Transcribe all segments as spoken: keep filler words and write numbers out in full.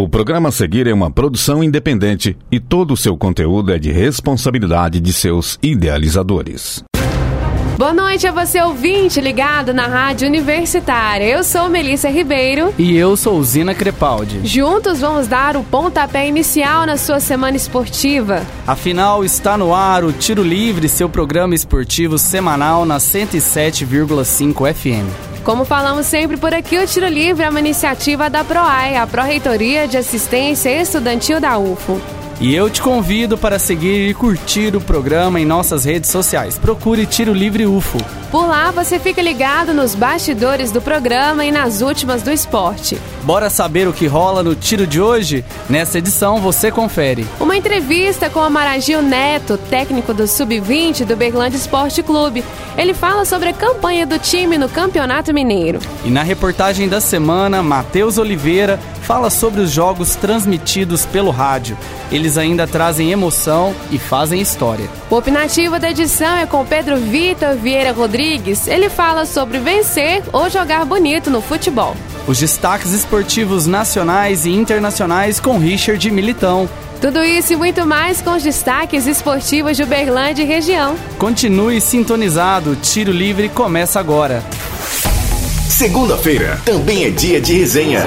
O programa a seguir é uma produção independente e todo o seu conteúdo é de responsabilidade de seus idealizadores. Boa noite a você, ouvinte ligado na Rádio Universitária. Eu sou Melissa Ribeiro. E eu sou Zina Crepaldi. Juntos vamos dar o pontapé inicial na sua semana esportiva. Afinal, está no ar o Tiro Livre, seu programa esportivo semanal na cento e sete vírgula cinco F M. Como falamos sempre por aqui, o Tiro Livre é uma iniciativa da PROAE, a Pró-Reitoria de Assistência Estudantil da U F O. E eu te convido para seguir e curtir o programa em nossas redes sociais. Procure Tiro Livre U F O. Por lá você fica ligado nos bastidores do programa e nas últimas do esporte. Bora saber o que rola no Tiro de hoje? Nessa edição você confere. Uma entrevista com Amaragil Neto, técnico do sub vinte do Uberlândia Esporte Clube. Ele fala sobre a campanha do time no Campeonato Mineiro. E na reportagem da semana, Matheus Oliveira fala sobre os jogos transmitidos pelo rádio. Eles ainda trazem emoção e fazem história. O opinativo da edição é com Pedro Vitor Vieira Rodrigues. Ele fala sobre vencer ou jogar bonito no futebol. Os destaques esportivos nacionais e internacionais com Richard Militão. Tudo isso e muito mais com os destaques esportivos de Uberlândia e região. Continue sintonizado, Tiro Livre começa agora. Segunda-feira também é dia de resenha.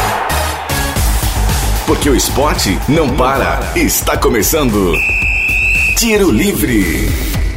Porque o esporte não para. Está começando Tiro Livre.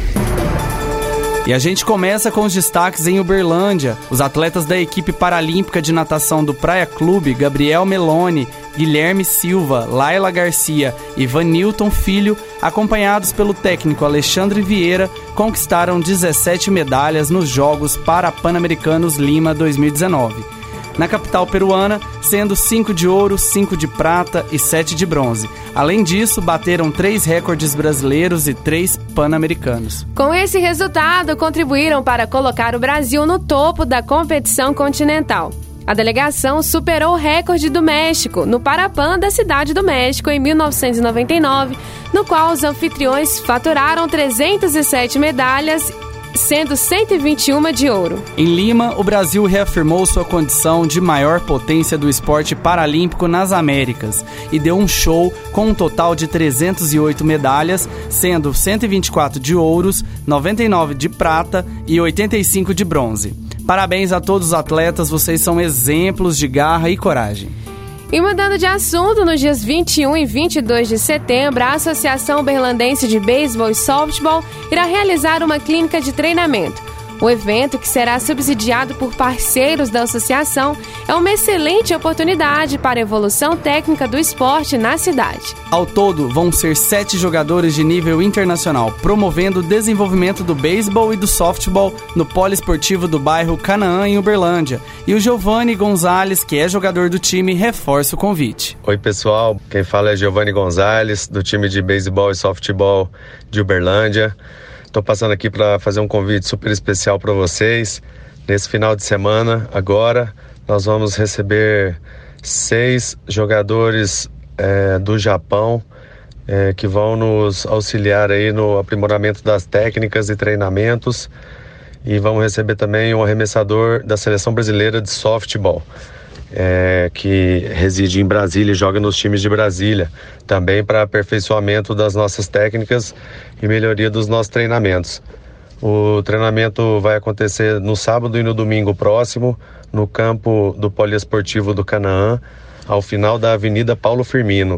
E a gente começa com os destaques em Uberlândia. Os atletas da equipe paralímpica de natação do Praia Clube, Gabriel Meloni, Guilherme Silva, Laila Garcia e Vanilton Filho, acompanhados pelo técnico Alexandre Vieira, conquistaram dezessete medalhas nos Jogos Parapan-Americanos Lima dois mil e dezenove. Na capital peruana, sendo cinco de ouro, cinco de prata e sete de bronze. Além disso, bateram três recordes brasileiros e três pan-americanos. Com esse resultado, contribuíram para colocar o Brasil no topo da competição continental. A delegação superou o recorde do México, no Parapan da Cidade do México, em mil novecentos e noventa e nove, no qual os anfitriões faturaram trezentas e sete medalhas, sendo cento e vinte e uma de ouro. Em Lima, o Brasil reafirmou sua condição de maior potência do esporte paralímpico nas Américas e deu um show com um total de trezentas e oito medalhas, sendo cento e vinte e quatro de ouros, noventa e nove de prata e oitenta e cinco de bronze. Parabéns a todos os atletas, vocês são exemplos de garra e coragem. E mudando de assunto, nos dias vinte e um e vinte e dois de setembro, a Associação Uberlandense de Beisebol e Softball irá realizar uma clínica de treinamento. O evento, que será subsidiado por parceiros da associação, é uma excelente oportunidade para a evolução técnica do esporte na cidade. Ao todo, vão ser sete jogadores de nível internacional, promovendo o desenvolvimento do beisebol e do softball no poliesportivo do bairro Canaã, em Uberlândia. E o Giovanni Gonzalez, que é jogador do time, reforça o convite. Oi, pessoal. Quem fala é Giovanni Gonzalez, do time de beisebol e softball de Uberlândia. Estou passando aqui para fazer um convite super especial para vocês. Nesse final de semana, agora, nós vamos receber seis jogadores é, do Japão é, que vão nos auxiliar aí no aprimoramento das técnicas e treinamentos. E vamos receber também um arremessador da Seleção Brasileira de Softball, É, que reside em Brasília e joga nos times de Brasília, também para aperfeiçoamento das nossas técnicas e melhoria dos nossos treinamentos. O treinamento vai acontecer no sábado e no domingo próximo, no campo do Poliesportivo do Canaã, ao final da Avenida Paulo Firmino.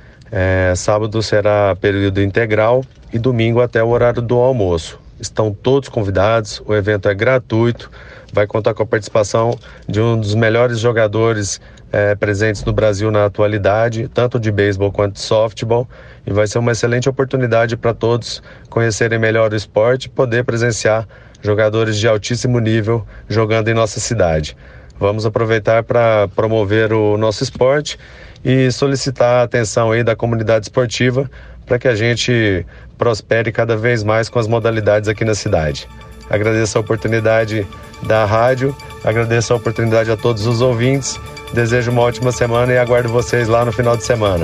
É, sábado será período integral e domingo até o horário do almoço. Estão todos convidados, o evento é gratuito, vai contar com a participação de um dos melhores jogadores é, presentes no Brasil na atualidade, tanto de beisebol quanto de softball, e vai ser uma excelente oportunidade para todos conhecerem melhor o esporte e poder presenciar jogadores de altíssimo nível jogando em nossa cidade. Vamos aproveitar para promover o nosso esporte e solicitar a atenção aí da comunidade esportiva para que a gente prospere cada vez mais com as modalidades aqui na cidade. Agradeço a oportunidade da rádio, agradeço a oportunidade a todos os ouvintes, desejo uma ótima semana e aguardo vocês lá no final de semana.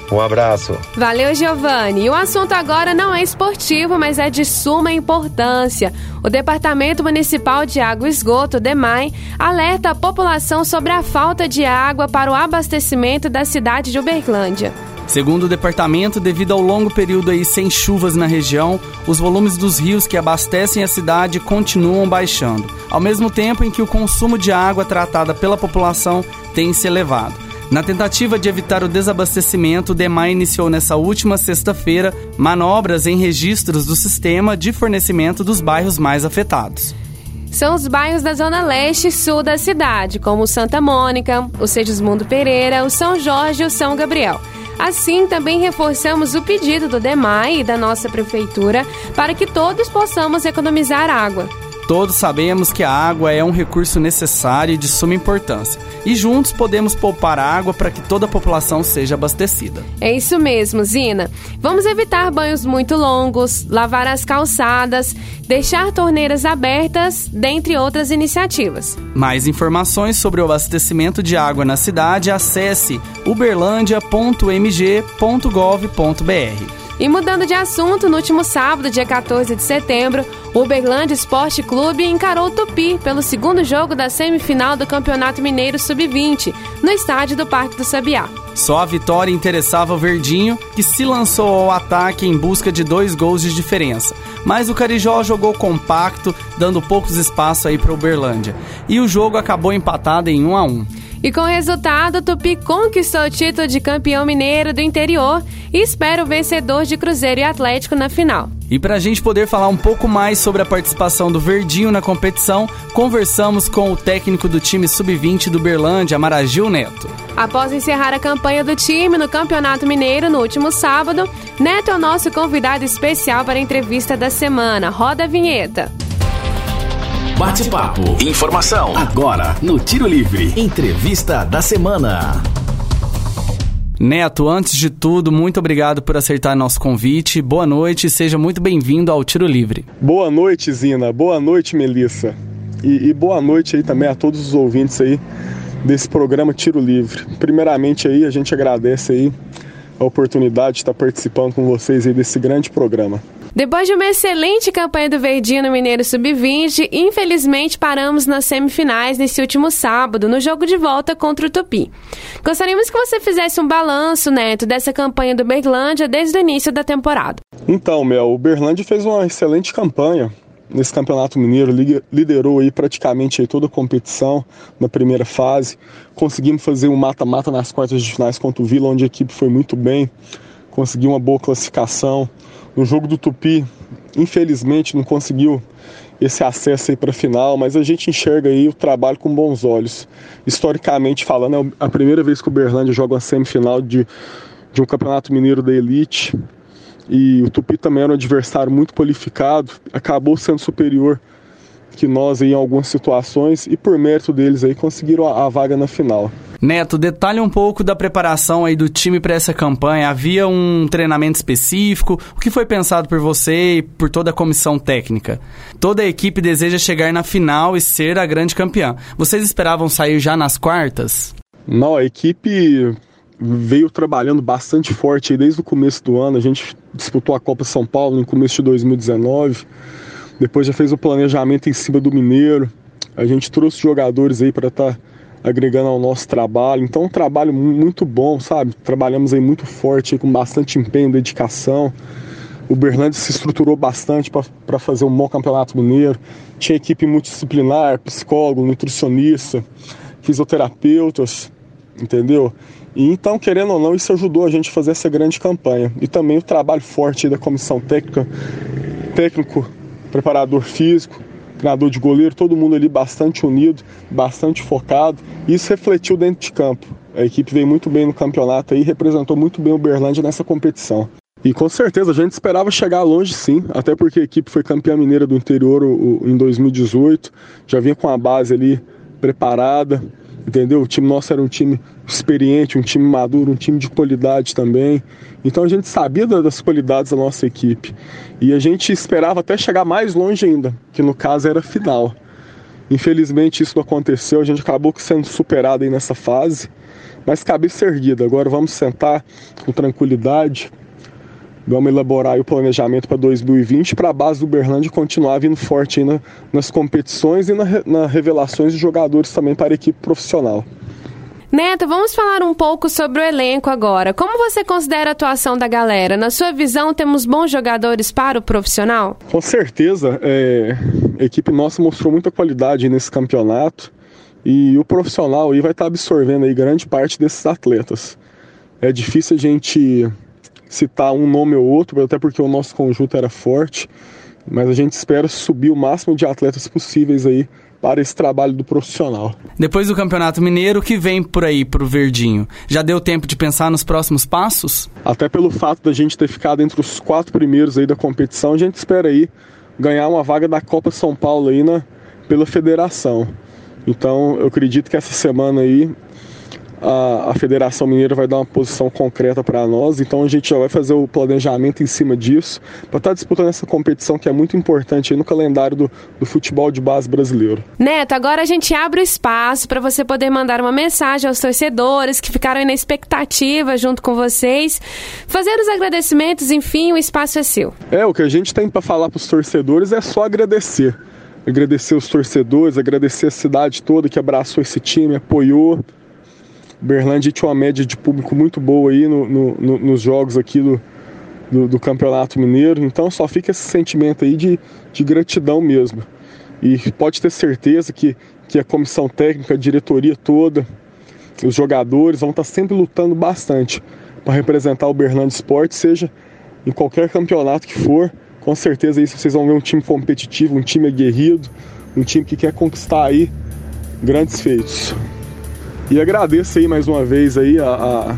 Um abraço. Valeu, Giovanni. E o assunto agora não é esportivo, mas é de suma importância. O Departamento Municipal de Água e Esgoto, DEMAI, alerta a população sobre a falta de água para o abastecimento da cidade de Uberlândia. Segundo o departamento, devido ao longo período aí sem chuvas na região, os volumes dos rios que abastecem a cidade continuam baixando, ao mesmo tempo em que o consumo de água tratada pela população tem se elevado. Na tentativa de evitar o desabastecimento, o DEMAI iniciou nessa última sexta-feira manobras em registros do sistema de fornecimento dos bairros mais afetados. São os bairros da zona leste e sul da cidade, como o Santa Mônica, o Segismundo Pereira, o São Jorge e o São Gabriel. Assim, também reforçamos o pedido do DEMAI e da nossa prefeitura para que todos possamos economizar água. Todos sabemos que a água é um recurso necessário e de suma importância. E juntos podemos poupar água para que toda a população seja abastecida. É isso mesmo, Zina. Vamos evitar banhos muito longos, lavar as calçadas, deixar torneiras abertas, dentre outras iniciativas. Mais informações sobre o abastecimento de água na cidade, acesse uberlandia ponto m g ponto gov ponto b r. E mudando de assunto, no último sábado, dia quatorze de setembro, o Uberlândia Esporte Clube encarou o Tupi pelo segundo jogo da semifinal do Campeonato Mineiro sub vinte, no estádio do Parque do Sabiá. Só a vitória interessava o Verdinho, que se lançou ao ataque em busca de dois gols de diferença. Mas o Carijó jogou compacto, dando poucos espaços aí para o Uberlândia. E o jogo acabou empatado em um a um. E com o resultado, o Tupi conquistou o título de campeão mineiro do interior e espera o vencedor de Cruzeiro e Atlético na final. E para a gente poder falar um pouco mais sobre a participação do Verdinho na competição, conversamos com o técnico do time sub vinte do Uberlândia, Maragil Neto. Após encerrar a campanha do time no Campeonato Mineiro no último sábado, Neto é o nosso convidado especial para a entrevista da semana. Roda a vinheta. Bate-papo. Informação. Agora, no Tiro Livre. Entrevista da semana. Neto, antes de tudo, muito obrigado por aceitar nosso convite. Boa noite e seja muito bem-vindo ao Tiro Livre. Boa noite, Zina. Boa noite, Melissa. E, e boa noite aí também a todos os ouvintes aí desse programa Tiro Livre. Primeiramente aí, a gente agradece aí a oportunidade de estar participando com vocês aí desse grande programa. Depois de uma excelente campanha do Verdinho no Mineiro sub vinte, infelizmente paramos nas semifinais nesse último sábado, no jogo de volta contra o Tupi. Gostaríamos que você fizesse um balanço, Neto, dessa campanha do Uberlândia desde o início da temporada. Então, Mel, o Uberlândia fez uma excelente campanha nesse Campeonato Mineiro, liderou aí praticamente aí toda a competição na primeira fase. Conseguimos fazer um mata-mata nas quartas de finais contra o Vila, onde a equipe foi muito bem, conseguiu uma boa classificação. No jogo do Tupi, infelizmente, não conseguiu esse acesso aí para a final, mas a gente enxerga aí o trabalho com bons olhos. Historicamente falando, é a primeira vez que o Uberlândia joga uma semifinal de, de um Campeonato Mineiro da Elite. E o Tupi também era um adversário muito qualificado, acabou sendo superior que nós aí em algumas situações e por mérito deles aí conseguiram a, a vaga na final. Neto, detalhe um pouco da preparação aí do time para essa campanha. Havia um treinamento específico? O que foi pensado por você e por toda a comissão técnica? Toda a equipe deseja chegar na final e ser a grande campeã. Vocês esperavam sair já nas quartas? Não, a equipe veio trabalhando bastante forte aí desde o começo do ano. A gente disputou a Copa São Paulo no começo de dois mil e dezenove. Depois já fez o planejamento em cima do Mineiro. A gente trouxe jogadores aí para estar tá agregando ao nosso trabalho. Então, um trabalho muito bom, sabe? Trabalhamos aí muito forte, aí, com bastante empenho, dedicação. O Uberlândia se estruturou bastante para fazer um bom campeonato mineiro. Tinha equipe multidisciplinar, psicólogo, nutricionista, fisioterapeutas, entendeu? E então, querendo ou não, isso ajudou a gente a fazer essa grande campanha. E também o trabalho forte aí da comissão técnica, técnico, preparador físico, treinador de goleiro, todo mundo ali bastante unido, bastante focado. Isso refletiu dentro de campo. A equipe veio muito bem no campeonato e representou muito bem o Uberlândia nessa competição. E com certeza a gente esperava chegar longe sim, até porque a equipe foi campeã mineira do interior em dois mil e dezoito, já vinha com a base ali preparada, entendeu? O time nosso era um time experiente, um time maduro, um time de qualidade também. Então a gente sabia das qualidades da nossa equipe. E a gente esperava até chegar mais longe ainda, que no caso era a final. Infelizmente isso não aconteceu, a gente acabou sendo superado aí nessa fase, mas cabeça erguida. Agora vamos sentar com tranquilidade, vamos elaborar aí o planejamento para dois mil e vinte para a base do Uberlândia continuar vindo forte aí na, nas competições e na, na revelações de jogadores também para a equipe profissional. Neto, vamos falar um pouco sobre o elenco agora. Como você considera a atuação da galera? Na sua visão, temos bons jogadores para o profissional? Com certeza, é, a equipe nossa mostrou muita qualidade nesse campeonato e o profissional aí vai estar absorvendo aí grande parte desses atletas. É difícil a gente citar um nome ou outro, até porque o nosso conjunto era forte, mas a gente espera subir o máximo de atletas possíveis aí para esse trabalho do profissional. Depois do Campeonato Mineiro, o que vem por aí pro Verdinho? Já deu tempo de pensar nos próximos passos? Até pelo fato da gente ter ficado entre os quatro primeiros aí da competição, a gente espera aí ganhar uma vaga da Copa São Paulo aí na, pela federação. Então eu acredito que essa semana aí a, a Federação Mineira vai dar uma posição concreta para nós, então a gente já vai fazer o planejamento em cima disso para estar disputando essa competição que é muito importante aí no calendário do, do futebol de base brasileiro. Neto, agora a gente abre o espaço para você poder mandar uma mensagem aos torcedores que ficaram aí na expectativa junto com vocês, fazer os agradecimentos, enfim, o espaço é seu. É, o que a gente tem para falar para os torcedores é só agradecer. Agradecer os torcedores, agradecer a cidade toda que abraçou esse time, apoiou. Uberlândia tinha uma média de público muito boa aí no, no, no, nos jogos aqui do, do, do Campeonato Mineiro, então só fica esse sentimento aí de, de gratidão mesmo. E pode ter certeza que, que a comissão técnica, a diretoria toda, os jogadores vão estar sempre lutando bastante para representar o Uberlândia Sport, seja em qualquer campeonato que for. Com certeza aí vocês vão ver um time competitivo, um time aguerrido, um time que quer conquistar aí grandes feitos. E agradeço aí mais uma vez aí a,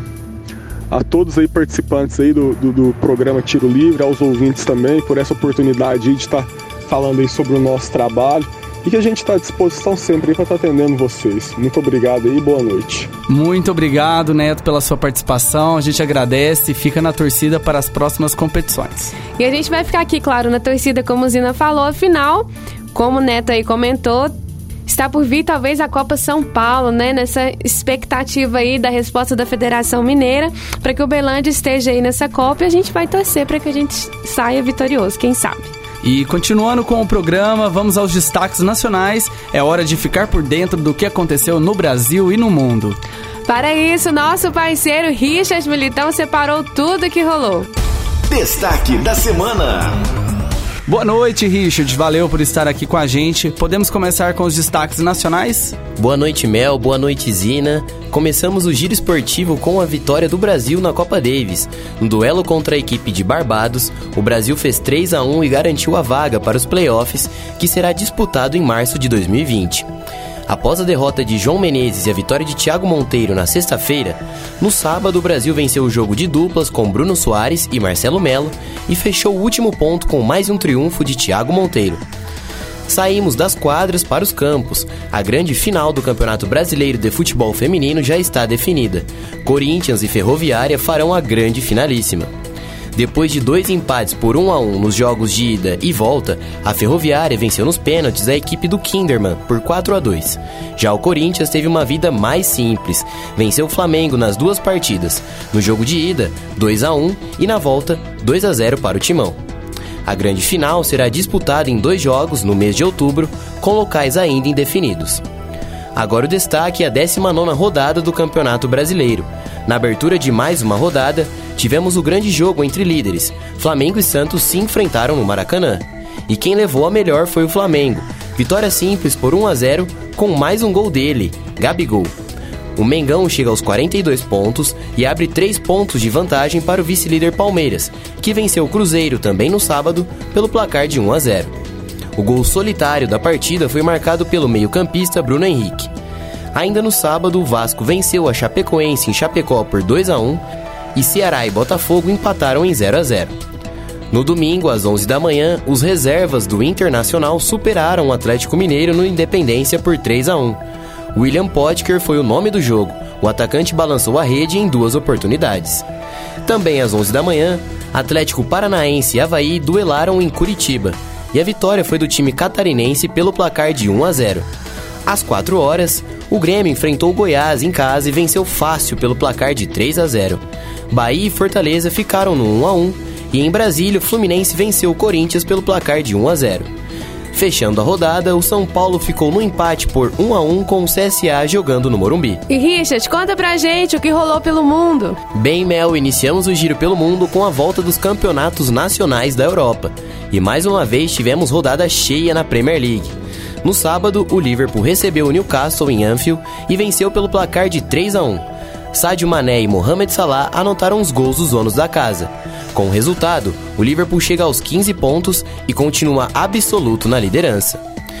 a, a todos aí participantes aí do, do, do programa Tiro Livre, aos ouvintes também, por essa oportunidade aí de estar falando aí sobre o nosso trabalho e que a gente está à disposição sempre para estar atendendo vocês. Muito obrigado aí, boa noite. Muito obrigado, Neto, pela sua participação. A gente agradece e fica na torcida para as próximas competições. E a gente vai ficar aqui, claro, na torcida, como o Zina falou, afinal, como o Neto aí comentou, está por vir talvez a Copa São Paulo, né? Nessa expectativa aí da resposta da Federação Mineira para que o Uberlândia esteja aí nessa Copa e a gente vai torcer para que a gente saia vitorioso, quem sabe. E continuando com o programa, vamos aos destaques nacionais. É hora de ficar por dentro do que aconteceu no Brasil e no mundo. Para isso, nosso parceiro Richard Militão separou tudo que rolou. Destaque da semana. Boa noite, Richard. Valeu por estar aqui com a gente. Podemos começar com os destaques nacionais? Boa noite, Mel. Boa noite, Zina. Começamos o giro esportivo com a vitória do Brasil na Copa Davis. No duelo contra a equipe de Barbados, o Brasil fez três a um e garantiu a vaga para os playoffs, que será disputado em março de dois mil e vinte. Após a derrota de João Menezes e a vitória de Thiago Monteiro na sexta-feira, no sábado o Brasil venceu o jogo de duplas com Bruno Soares e Marcelo Melo e fechou o último ponto com mais um triunfo de Thiago Monteiro. Saímos das quadras para os campos. A grande final do Campeonato Brasileiro de Futebol Feminino já está definida. Corinthians e Ferroviária farão a grande finalíssima. Depois de dois empates por um a um nos jogos de ida e volta, a Ferroviária venceu nos pênaltis a equipe do Kinderman por quatro a dois. Já o Corinthians teve uma vida mais simples, venceu o Flamengo nas duas partidas, no jogo de ida, dois a um e na volta, dois a zero para o Timão. A grande final será disputada em dois jogos no mês de outubro, com locais ainda indefinidos. Agora o destaque é a décima nona rodada do Campeonato Brasileiro. Na abertura de mais uma rodada, tivemos o grande jogo entre líderes. Flamengo e Santos se enfrentaram no Maracanã. E quem levou a melhor foi o Flamengo. Vitória simples por um a zero, com mais um gol dele, Gabigol. O Mengão chega aos quarenta e dois pontos e abre três pontos de vantagem para o vice-líder Palmeiras, que venceu o Cruzeiro também no sábado pelo placar de um a zero. O gol solitário da partida foi marcado pelo meio-campista Bruno Henrique. Ainda no sábado, o Vasco venceu a Chapecoense em Chapecó por dois a um e Ceará e Botafogo empataram em zero a zero. No domingo, às onze da manhã, os reservas do Internacional superaram o Atlético Mineiro no Independência por três a um. William Potker foi o nome do jogo. O atacante balançou a rede em duas oportunidades. Também às onze da manhã, Atlético Paranaense e Avaí duelaram em Curitiba. e a vitória foi do time catarinense pelo placar de um a zero. Às quatro horas, o Grêmio enfrentou o Goiás em casa e venceu fácil pelo placar de três a zero. Bahia e Fortaleza ficaram no um a um e em Brasília o Fluminense venceu o Corinthians pelo placar de um a zero. Fechando a rodada, o São Paulo ficou no empate por um a um com o C S A jogando no Morumbi. E Richard, conta pra gente o que rolou pelo mundo. Bem, Mel, iniciamos o Giro pelo Mundo com a volta dos campeonatos nacionais da Europa. E mais uma vez tivemos rodada cheia na Premier League. No sábado, o Liverpool recebeu o Newcastle em Anfield e venceu pelo placar de três a um. Sadio Mané e Mohamed Salah anotaram os gols dos donos da casa. Com o resultado, o Liverpool chega aos quinze pontos e continua absoluto na liderança.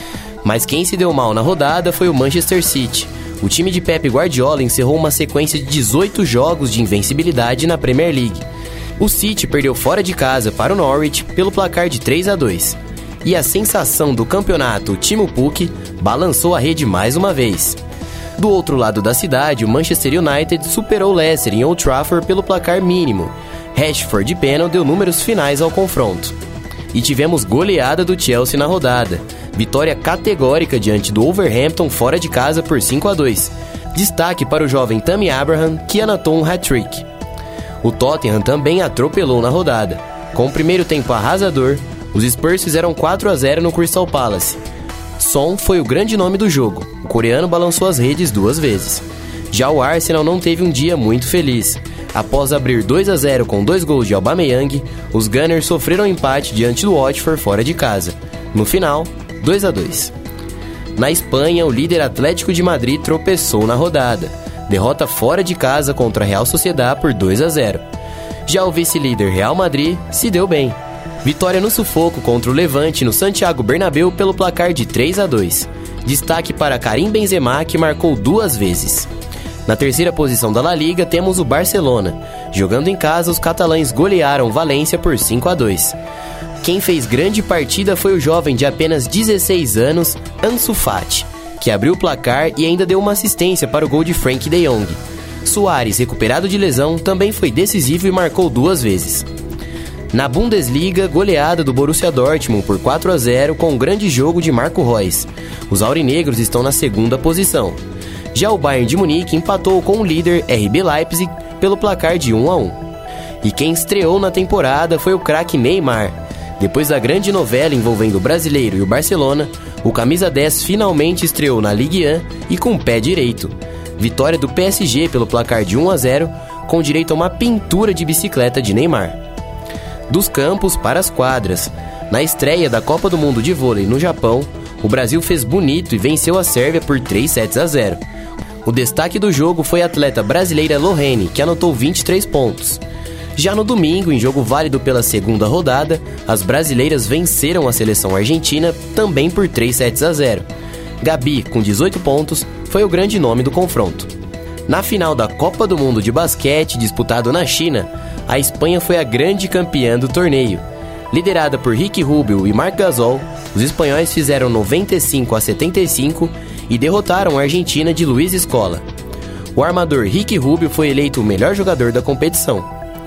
Mas quem se deu mal na rodada foi o Manchester City. O time de Pep Guardiola encerrou uma sequência de dezoito jogos de invencibilidade na Premier League. O City perdeu fora de casa para o Norwich pelo placar de três a dois. E a sensação do campeonato, o Timo Pukki, balançou a rede mais uma vez. Do outro lado da cidade, o Manchester United superou o Leicester em Old Trafford pelo placar mínimo. Rashford de pênalti deu números finais ao confronto. E tivemos goleada do Chelsea na rodada. Vitória categórica diante do Wolverhampton fora de casa por cinco a dois. Destaque para o jovem Tammy Abraham, que anotou um hat-trick. O Tottenham também atropelou na rodada. Com o primeiro tempo arrasador, os Spurs fizeram quatro a zero no Crystal Palace. Son foi o grande nome do jogo. O coreano balançou as redes duas vezes. Já o Arsenal não teve um dia muito feliz. Após abrir dois a zero com dois gols de Aubameyang, os Gunners sofreram empate diante do Watford fora de casa. No final, dois a dois. Na Espanha, o líder Atlético de Madrid tropeçou na rodada. Derrota fora de casa contra a Real Sociedad por dois a zero. Já o vice-líder Real Madrid se deu bem. Vitória no sufoco contra o Levante no Santiago Bernabéu pelo placar de três a dois. Destaque para Karim Benzema, que marcou duas vezes. Na terceira posição da La Liga temos o Barcelona. Jogando em casa, os catalães golearam Valência por cinco a dois. Quem fez grande partida foi o jovem de apenas dezesseis anos, Ansu Fati, que abriu o placar e ainda deu uma assistência para o gol de Frenkie de Jong. Suárez, recuperado de lesão, também foi decisivo e marcou duas vezes. Na Bundesliga, goleada do Borussia Dortmund por quatro a zero com um grande jogo de Marco Reus. Os aurinegros estão na segunda posição. Já o Bayern de Munique empatou com o líder R B Leipzig pelo placar de um a um. E quem estreou na temporada foi o craque Neymar. Depois da grande novela envolvendo o brasileiro e o Barcelona, o camisa dez finalmente estreou na Ligue um e com o pé direito. Vitória do P S G pelo placar de um a zero, com direito a uma pintura de bicicleta de Neymar. Dos campos para as quadras. Na estreia da Copa do Mundo de Vôlei no Japão, o Brasil fez bonito e venceu a Sérvia por três sets a zero. O destaque do jogo foi a atleta brasileira Lorraine, que anotou vinte e três pontos. Já no domingo, em jogo válido pela segunda rodada, as brasileiras venceram a seleção argentina também por três sets a zero. Gabi, com dezoito pontos, foi o grande nome do confronto. Na final da Copa do Mundo de Basquete, disputado na China, a Espanha foi a grande campeã do torneio. Liderada por Ricky Rubio e Marc Gasol, os espanhóis fizeram noventa e cinco a setenta e cinco e derrotaram a Argentina de Luiz Scola. O armador Ricky Rubio foi eleito o melhor jogador da competição.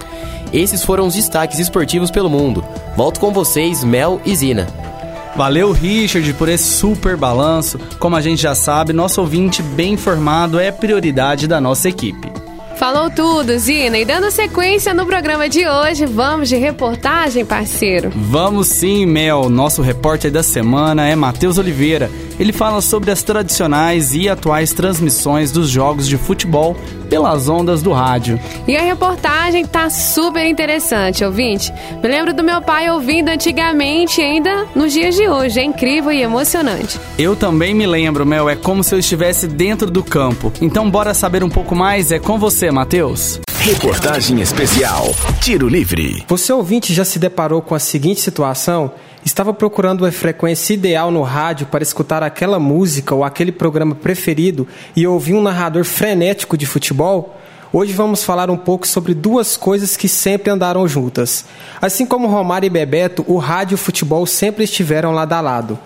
Esses foram os destaques esportivos pelo mundo. Volto com vocês, Mel e Zina. Valeu, Richard, por esse super balanço. Como a gente já sabe, nosso ouvinte bem informado é prioridade da nossa equipe. Falou tudo, Zina. E dando sequência no programa de hoje, vamos de reportagem, parceiro? Vamos sim, Mel. Nosso repórter da semana é Matheus Oliveira. Ele fala sobre as tradicionais e atuais transmissões dos jogos de futebol pelas ondas do rádio. E a reportagem tá super interessante, ouvinte. Me lembro do meu pai ouvindo antigamente, ainda nos dias de hoje. É incrível e emocionante. Eu também me lembro, Mel. É como se eu estivesse dentro do campo. Então bora saber um pouco mais. É com você, Matheus. Reportagem especial Tiro Livre. Você, ouvinte, já se deparou com a seguinte situação? Estava procurando a frequência ideal no rádio para escutar aquela música ou aquele programa preferido e ouvir um narrador frenético de futebol? Hoje vamos falar um pouco sobre duas coisas que sempre andaram juntas. Assim como Romário e Bebeto, o rádio e o futebol sempre estiveram lado a lado.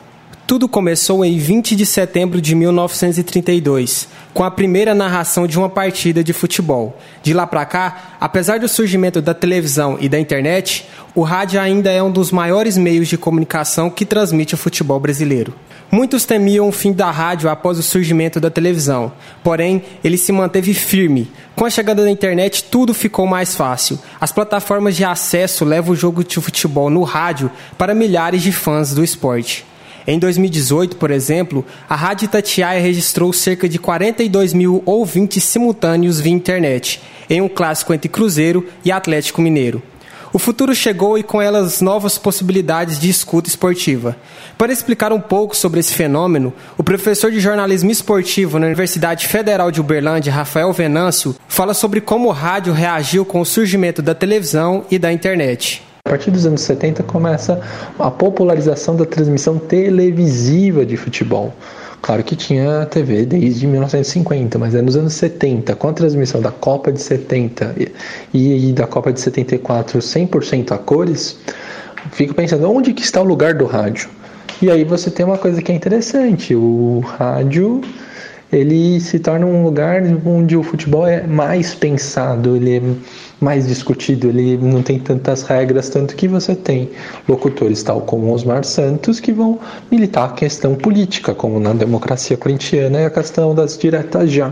Tudo começou em vinte de setembro de mil novecentos e trinta e dois, com a primeira narração de uma partida de futebol. De lá para cá, apesar do surgimento da televisão e da internet, o rádio ainda é um dos maiores meios de comunicação que transmite o futebol brasileiro. Muitos temiam o fim da rádio após o surgimento da televisão, porém, ele se manteve firme. Com a chegada da internet, tudo ficou mais fácil. As plataformas de acesso levam o jogo de futebol no rádio para milhares de fãs do esporte. Em dois mil e dezoito, por exemplo, a Rádio Itatiaia registrou cerca de quarenta e dois mil ouvintes simultâneos via internet, em um clássico entre Cruzeiro e Atlético Mineiro. O futuro chegou e com elas novas possibilidades de escuta esportiva. Para explicar um pouco sobre esse fenômeno, o professor de jornalismo esportivo na Universidade Federal de Uberlândia, Rafael Venâncio, fala sobre como o rádio reagiu com o surgimento da televisão e da internet. A partir dos anos setenta começa a popularização da transmissão televisiva de futebol. Claro que tinha T V desde mil novecentos e cinquenta, mas é nos anos setenta, com a transmissão da Copa de setenta e, e da Copa de setenta e quatro cem por cento a cores, fico pensando, onde que está o lugar do rádio? E aí você tem uma coisa que é interessante, o rádio ele se torna um lugar onde o futebol é mais pensado, ele é mais discutido, ele não tem tantas regras, tanto que você tem locutores tal como Osmar Santos que vão militar a questão política, como na democracia corintiana e a questão das diretas já.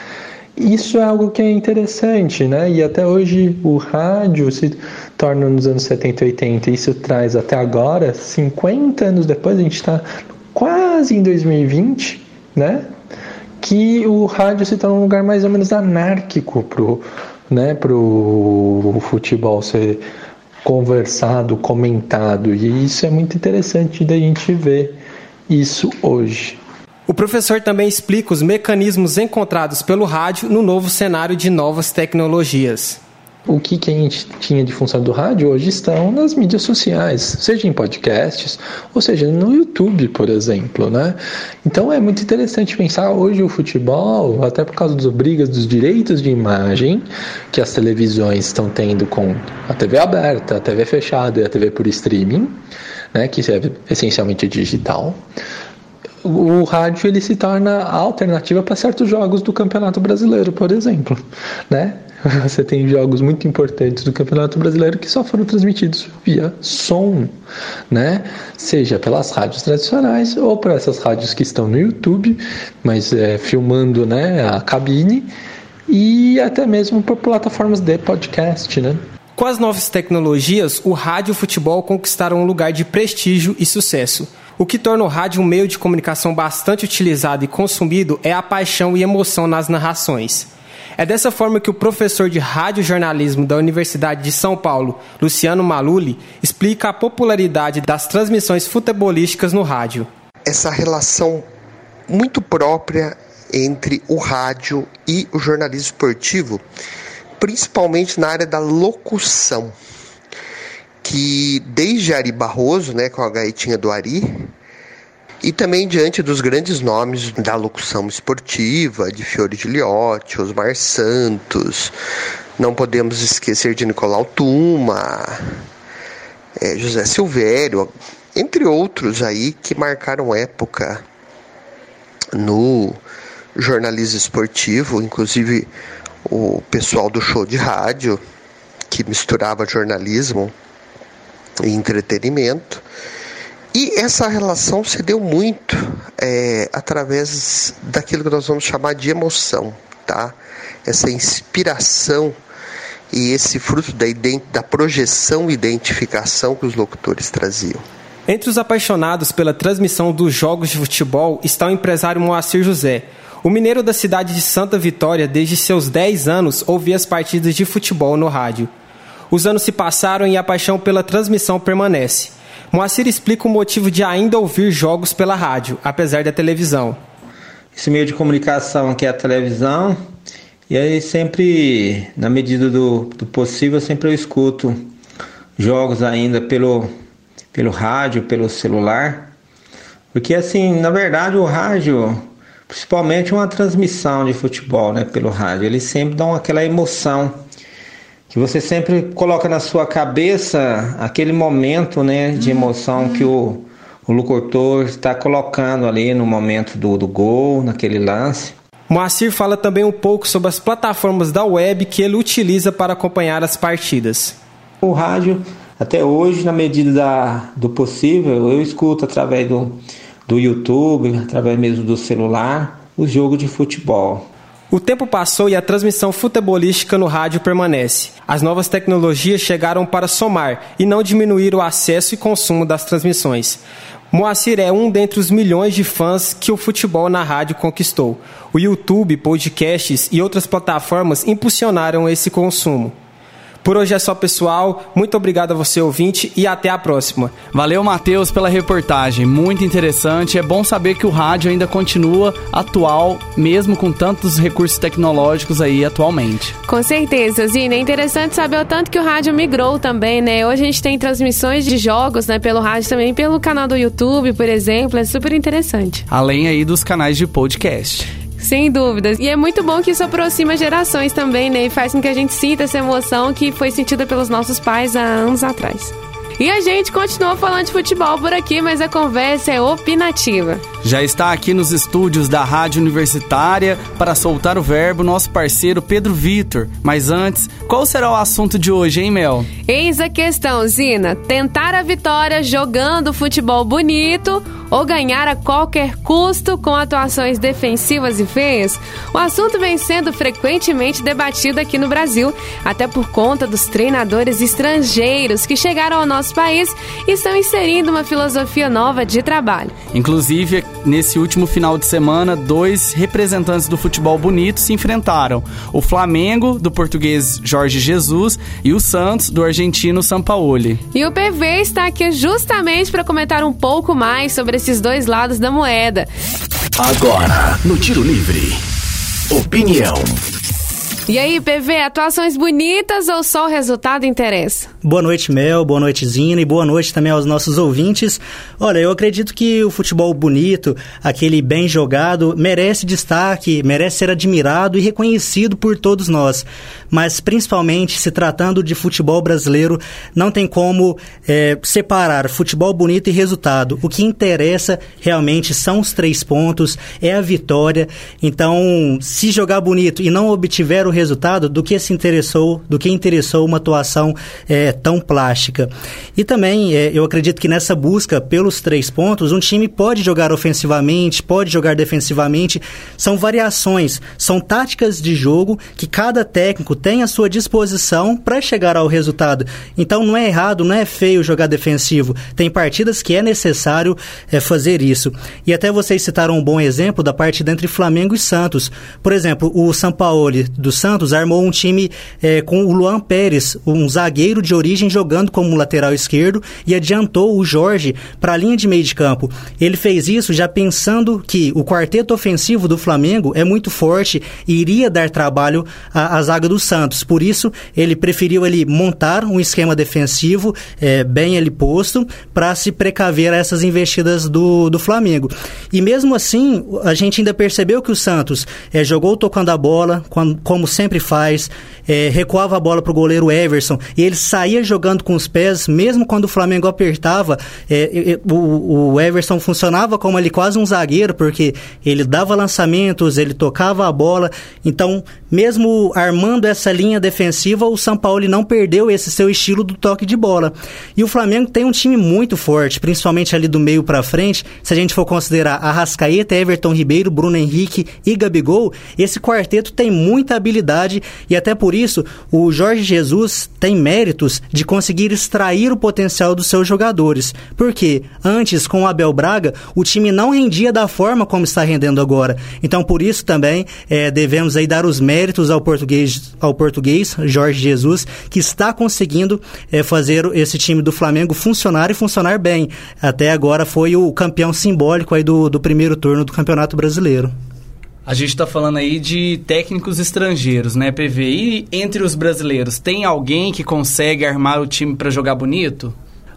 Isso é algo que é interessante, né? E até hoje o rádio se torna nos anos setenta e oitenta, e isso traz até agora, cinquenta anos depois, a gente está quase em dois mil e vinte, né? Que o rádio se torna um lugar mais ou menos anárquico pro, né, pro futebol ser conversado, comentado, e isso é muito interessante da gente ver isso hoje. O professor também explica os mecanismos encontrados pelo rádio no novo cenário de novas tecnologias. O que, que a gente tinha de função do rádio hoje estão nas mídias sociais, seja em podcasts, ou seja no YouTube, por exemplo, né? Então é muito interessante pensar hoje o futebol, até por causa das brigas dos direitos de imagem que as televisões estão tendo com a T V aberta, a T V fechada e a T V por streaming, né? Que é essencialmente digital. O rádio ele se torna a alternativa para certos jogos do Campeonato Brasileiro, por exemplo, né? Você tem jogos muito importantes do Campeonato Brasileiro que só foram transmitidos via som, né? Seja pelas rádios tradicionais ou por essas rádios que estão no YouTube, mas é, filmando, né, a cabine, e até mesmo por plataformas de podcast, né? Com as novas tecnologias, o rádio e o futebol conquistaram um lugar de prestígio e sucesso. O que torna o rádio um meio de comunicação bastante utilizado e consumido é a paixão e emoção nas narrações. É dessa forma que o professor de radiojornalismo da Universidade de São Paulo, Luciano Maluli, explica a popularidade das transmissões futebolísticas no rádio. Essa relação muito própria entre o rádio e o jornalismo esportivo, principalmente na área da locução, que desde Ari Barroso, né, com a gaitinha do Ari, e também diante dos grandes nomes da locução esportiva, de Fiore Giliotti, Osmar Santos, não podemos esquecer de Nicolau Tuma, é, José Silvério, entre outros aí que marcaram época no jornalismo esportivo, inclusive o pessoal do show de rádio, que misturava jornalismo e entretenimento. E essa relação se deu muito é, através daquilo que nós vamos chamar de emoção, tá? Essa inspiração e esse fruto da, ident- da projeção e identificação que os locutores traziam. Entre os apaixonados pela transmissão dos jogos de futebol está o empresário Moacir José. O mineiro da cidade de Santa Vitória, desde seus dez anos, ouvia as partidas de futebol no rádio. Os anos se passaram e a paixão pela transmissão permanece. Moacir explica o motivo de ainda ouvir jogos pela rádio, apesar da televisão. Esse meio de comunicação que é a televisão, e aí sempre, na medida do, do possível, sempre eu escuto jogos ainda pelo, pelo rádio, pelo celular. Porque assim, na verdade o rádio, principalmente uma transmissão de futebol, né, pelo rádio, eles sempre dão aquela emoção que você sempre coloca na sua cabeça aquele momento, né, de emoção que o, o locutor está colocando ali no momento do, do gol, naquele lance. Moacir fala também um pouco sobre as plataformas da web que ele utiliza para acompanhar as partidas. O rádio, até hoje, na medida da, do possível, eu escuto através do, do YouTube, através mesmo do celular, o jogo de futebol. O tempo passou e a transmissão futebolística no rádio permanece. As novas tecnologias chegaram para somar e não diminuir o acesso e consumo das transmissões. Moacir é um dentre os milhões de fãs que o futebol na rádio conquistou. O YouTube, podcasts e outras plataformas impulsionaram esse consumo. Por hoje é só, pessoal. Muito obrigado a você, ouvinte, e até a próxima. Valeu, Matheus, pela reportagem. Muito interessante. É bom saber que o rádio ainda continua atual, mesmo com tantos recursos tecnológicos aí atualmente. Com certeza, Zina. É interessante saber o tanto que o rádio migrou também, né? Hoje a gente tem transmissões de jogos, né, pelo rádio também, pelo canal do YouTube, por exemplo. É super interessante. Além aí dos canais de podcast. Sem dúvidas. E é muito bom que isso aproxima gerações também, né? E faz com que a gente sinta essa emoção que foi sentida pelos nossos pais há anos atrás. E a gente continua falando de futebol por aqui, mas a conversa é opinativa. Já está aqui nos estúdios da Rádio Universitária para soltar o verbo nosso parceiro Pedro Vitor. Mas antes, qual será o assunto de hoje, hein, Mel? Eis a questão, Zina. Tentar a vitória jogando futebol bonito ou ganhar a qualquer custo com atuações defensivas e feias? O assunto vem sendo frequentemente debatido aqui no Brasil, até por conta dos treinadores estrangeiros que chegaram ao nosso país e estão inserindo uma filosofia nova de trabalho. Inclusive, nesse último final de semana, dois representantes do futebol bonito se enfrentaram. O Flamengo, do português Jorge Jesus, e o Santos, do argentino Sampaoli. E o P V está aqui justamente para comentar um pouco mais sobre esses dois lados da moeda. Agora, no Tiro Livre, opinião. E aí, P V, atuações bonitas ou só o resultado interessa? Boa noite, Mel, boa noite, Zina, e boa noite também aos nossos ouvintes. Olha, eu acredito que o futebol bonito, aquele bem jogado, merece destaque, merece ser admirado e reconhecido por todos nós. Mas, principalmente, se tratando de futebol brasileiro, não tem como é, separar futebol bonito e resultado. O que interessa realmente são os três pontos, é a vitória. Então, se jogar bonito e não obtiver o resultado, do que se interessou, do que interessou uma atuação é, tão plástica. E também, é, eu acredito que nessa busca pelos três pontos, um time pode jogar ofensivamente, pode jogar defensivamente, são variações, são táticas de jogo que cada técnico tem à sua disposição para chegar ao resultado. Então não é errado, não é feio jogar defensivo, tem partidas que é necessário é, fazer isso. E até vocês citaram um bom exemplo da partida entre Flamengo e Santos. Por exemplo, o Sampaoli do Santos armou um time é, com o Luan Pérez, um zagueiro de origem, jogando como lateral esquerdo, e adiantou o Jorge para a linha de meio de campo. Ele fez isso já pensando que o quarteto ofensivo do Flamengo é muito forte e iria dar trabalho à, à zaga do Santos. Por isso, ele preferiu ele montar um esquema defensivo é, bem ali posto para se precaver a essas investidas do, do Flamengo. E mesmo assim, a gente ainda percebeu que o Santos é, jogou tocando a bola, quando, como sempre faz, é, recuava a bola para o goleiro Everson e ele saía jogando com os pés, mesmo quando o Flamengo apertava. É, o, o Everson funcionava como ele quase um zagueiro, porque ele dava lançamentos, ele tocava a bola. Então, mesmo armando essa linha defensiva, o Sampaoli não perdeu esse seu estilo do toque de bola. E o Flamengo tem um time muito forte, principalmente ali do meio para frente. Se a gente for considerar Arrascaeta, Everton Ribeiro, Bruno Henrique e Gabigol, esse quarteto tem muita habilidade e até por isso o Jorge Jesus tem méritos de conseguir extrair o potencial dos seus jogadores. Porque antes, com o Abel Braga, o time não rendia da forma como está rendendo agora. Então, por isso também é, devemos aí dar os méritos ao português, ao português Jorge Jesus, que está conseguindo é, fazer esse time do Flamengo funcionar e funcionar bem. Até agora foi o campeão simbólico aí do, do primeiro turno do Campeonato Brasileiro. A gente está falando aí de técnicos estrangeiros, né, P V? E entre os brasileiros, tem alguém que consegue armar o time para jogar bonito?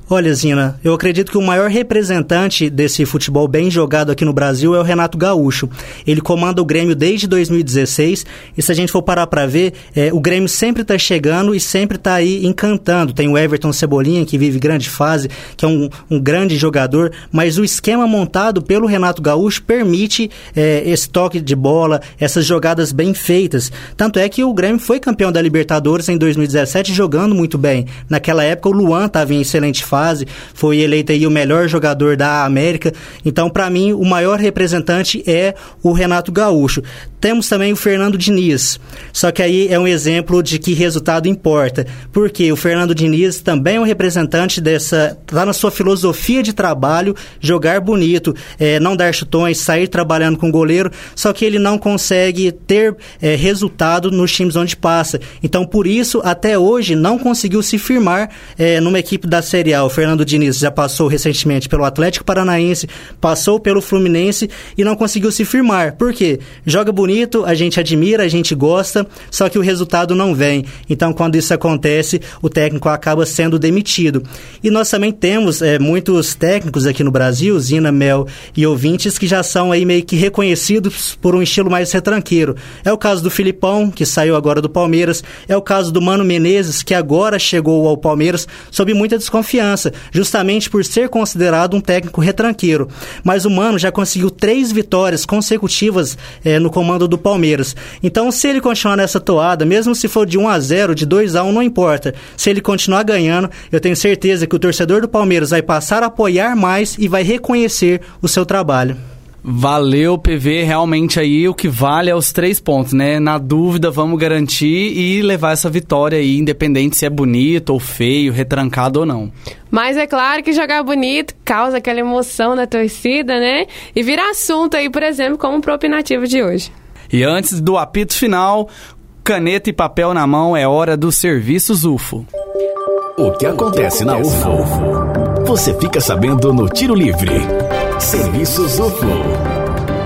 Olha, Zina, eu acredito que o maior representante desse futebol bem jogado aqui no Brasil é o Renato Gaúcho. Ele comanda o Grêmio desde dois mil e dezesseis e se a gente for parar para ver, é, o Grêmio sempre está chegando e sempre está aí encantando. Tem o Everton Cebolinha, que vive grande fase, que é um, um grande jogador, mas o esquema montado pelo Renato Gaúcho permite é, esse toque de bola, essas jogadas bem feitas. Tanto é que o Grêmio foi campeão da Libertadores em dois mil e dezessete jogando muito bem. Naquela época o Luan estava em excelente fase. fase, foi eleito aí o melhor jogador da América. Então, para mim, o maior representante é o Renato Gaúcho. Temos também o Fernando Diniz, só que aí é um exemplo de que resultado importa, porque o Fernando Diniz também é um representante dessa, tá na sua filosofia de trabalho, jogar bonito, é, não dar chutões, sair trabalhando com o goleiro, só que ele não consegue ter é, resultado nos times onde passa. Então, por isso, até hoje, não conseguiu se firmar é, numa equipe da Série A. O Fernando Diniz já passou recentemente pelo Atlético Paranaense, passou pelo Fluminense e não conseguiu se firmar. Por quê? Joga bonito, a gente admira, a gente gosta, só que o resultado não vem. Então, quando isso acontece, o técnico acaba sendo demitido. E nós também temos é, muitos técnicos aqui no Brasil, Zina, Mel e ouvintes, que já são aí meio que reconhecidos por um estilo mais retranqueiro. É o caso do Filipão, que saiu agora do Palmeiras, é o caso do Mano Menezes, que agora chegou ao Palmeiras sob muita desconfiança, justamente por ser considerado um técnico retranqueiro. Mas o Mano já conseguiu três vitórias consecutivas é, no comando do Palmeiras. Então, se ele continuar nessa toada, mesmo se for de um a zero, de dois a um, não importa. Se ele continuar ganhando, eu tenho certeza que o torcedor do Palmeiras vai passar a apoiar mais e vai reconhecer o seu trabalho. Valeu, P V, realmente aí o que vale é os três pontos, né? Na dúvida, vamos garantir e levar essa vitória aí, independente se é bonito ou feio, retrancado ou não. Mas é claro que jogar bonito causa aquela emoção na torcida, né? E vira assunto aí, por exemplo, como pro opinativo de hoje. E antes do apito final, caneta e papel na mão, é hora dos serviços U F O. O que acontece na U F O? Você fica sabendo no Tiro Livre. Serviços U F O.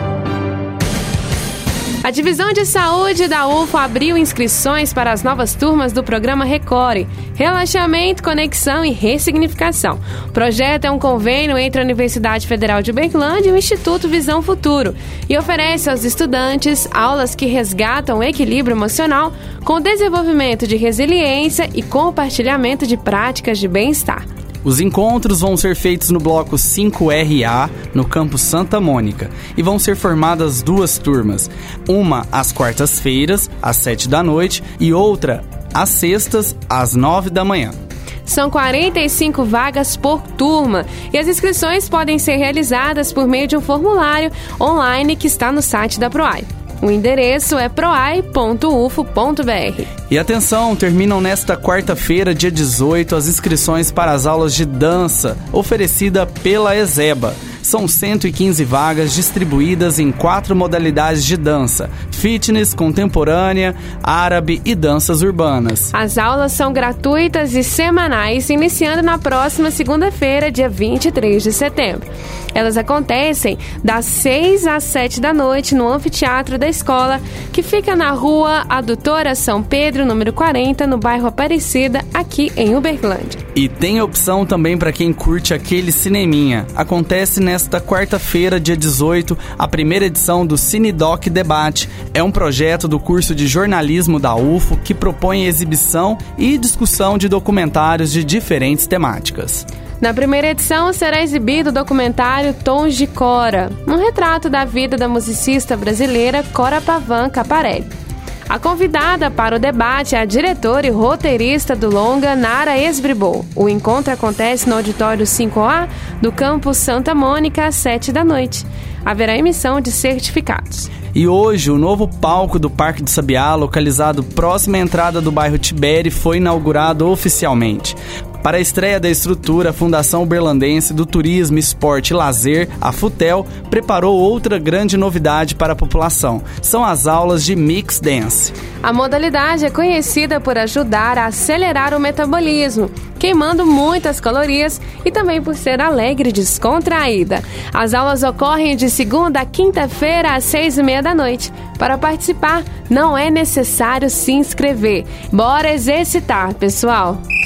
A Divisão de Saúde da U F O abriu inscrições para as novas turmas do programa Recore, Relaxamento, Conexão e Ressignificação. O projeto é um convênio entre a Universidade Federal de Uberlândia e o Instituto Visão Futuro e oferece aos estudantes aulas que resgatam o equilíbrio emocional com desenvolvimento de resiliência e compartilhamento de práticas de bem-estar. Os encontros vão ser feitos no bloco cinco R A, no campus Santa Mônica, e vão ser formadas duas turmas, uma às quartas-feiras, às sete da noite, e outra às sextas, às nove da manhã. São quarenta e cinco vagas por turma e as inscrições podem ser realizadas por meio de um formulário online que está no site da PROAI. O endereço é proai ponto u f o ponto b r. E atenção, terminam nesta quarta-feira, dia dezoito, as inscrições para as aulas de dança oferecida pela ESEBA. São cento e quinze vagas distribuídas em quatro modalidades de dança: fitness, contemporânea, árabe e danças urbanas. As aulas são gratuitas e semanais, iniciando na próxima segunda-feira, dia vinte e três de setembro. Elas acontecem das seis às sete da noite no anfiteatro da escola, que fica na rua Adutora São Pedro, número quarenta, no bairro Aparecida, aqui em Uberlândia. E tem opção também para quem curte aquele cineminha. Acontece nesta quarta-feira, dia dezoito, a primeira edição do Cinedoc Debate. É um projeto do curso de jornalismo da U F O que propõe exibição e discussão de documentários de diferentes temáticas. Na primeira edição será exibido o documentário Tons de Cora, um retrato da vida da musicista brasileira Cora Pavan Caparelli. A convidada para o debate é a diretora e roteirista do longa, Nara Esbribou. O encontro acontece no auditório cinco A do campus Santa Mônica às sete da noite. Haverá emissão de certificados. E hoje, o novo palco do Parque do Sabiá, localizado próximo à entrada do bairro Tibere, foi inaugurado oficialmente. Para a estreia da estrutura, a Fundação Uberlandense do Turismo, Esporte e Lazer, a FUTEL, preparou outra grande novidade para a população. São as aulas de Mix Dance. A modalidade é conhecida por ajudar a acelerar o metabolismo, queimando muitas calorias e também por ser alegre e descontraída. As aulas ocorrem de segunda a quinta-feira às seis e meia da noite. Para participar, não é necessário se inscrever. Bora exercitar, pessoal!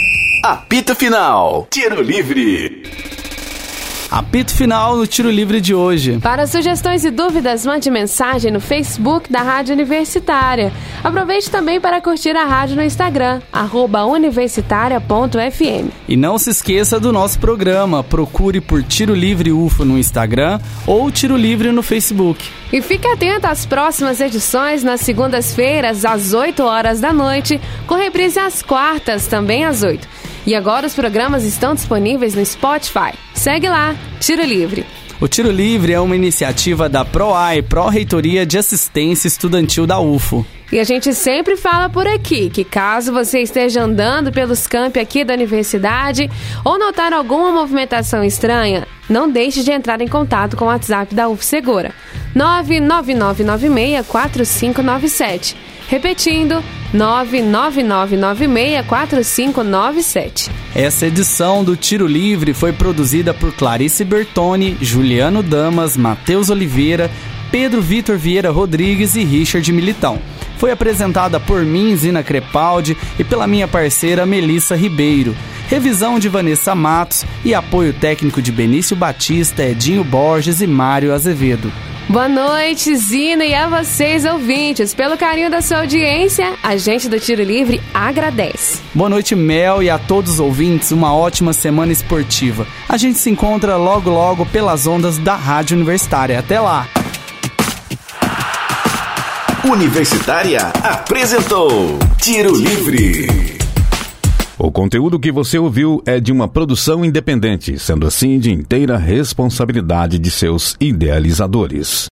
Apito Final. Tiro Livre. Apito final no Tiro Livre de hoje. Para sugestões e dúvidas, mande mensagem no Facebook da Rádio Universitária. Aproveite também para curtir a rádio no Instagram, arroba universitária ponto f m. E não se esqueça do nosso programa. Procure por Tiro Livre U F O no Instagram ou Tiro Livre no Facebook. E fique atento às próximas edições nas segundas-feiras, às oito horas da noite, com reprise às quartas, também às oito. E agora os programas estão disponíveis no Spotify. Segue lá, Tiro Livre. O Tiro Livre é uma iniciativa da PROAE, Pró-Reitoria de Assistência Estudantil da U F O. E a gente sempre fala por aqui que caso você esteja andando pelos campi aqui da universidade ou notar alguma movimentação estranha, não deixe de entrar em contato com o WhatsApp da U F Segura, nove nove nove nove seis quatro cinco nove sete. Repetindo, nove nove nove nove seis quatro cinco nove sete. Essa edição do Tiro Livre foi produzida por Clarice Bertoni, Juliano Damas, Matheus Oliveira, Pedro Vitor Vieira Rodrigues e Richard Militão. Foi apresentada por mim, Zina Crepaldi, e pela minha parceira Melissa Ribeiro. Revisão de Vanessa Matos e apoio técnico de Benício Batista, Edinho Borges e Mário Azevedo. Boa noite, Zina, e a vocês, ouvintes. Pelo carinho da sua audiência, a gente do Tiro Livre agradece. Boa noite, Mel, e a todos os ouvintes, uma ótima semana esportiva. A gente se encontra logo, logo pelas ondas da Rádio Universitária. Até lá! Universitária apresentou Tiro Livre. O conteúdo que você ouviu é de uma produção independente, sendo assim de inteira responsabilidade de seus idealizadores.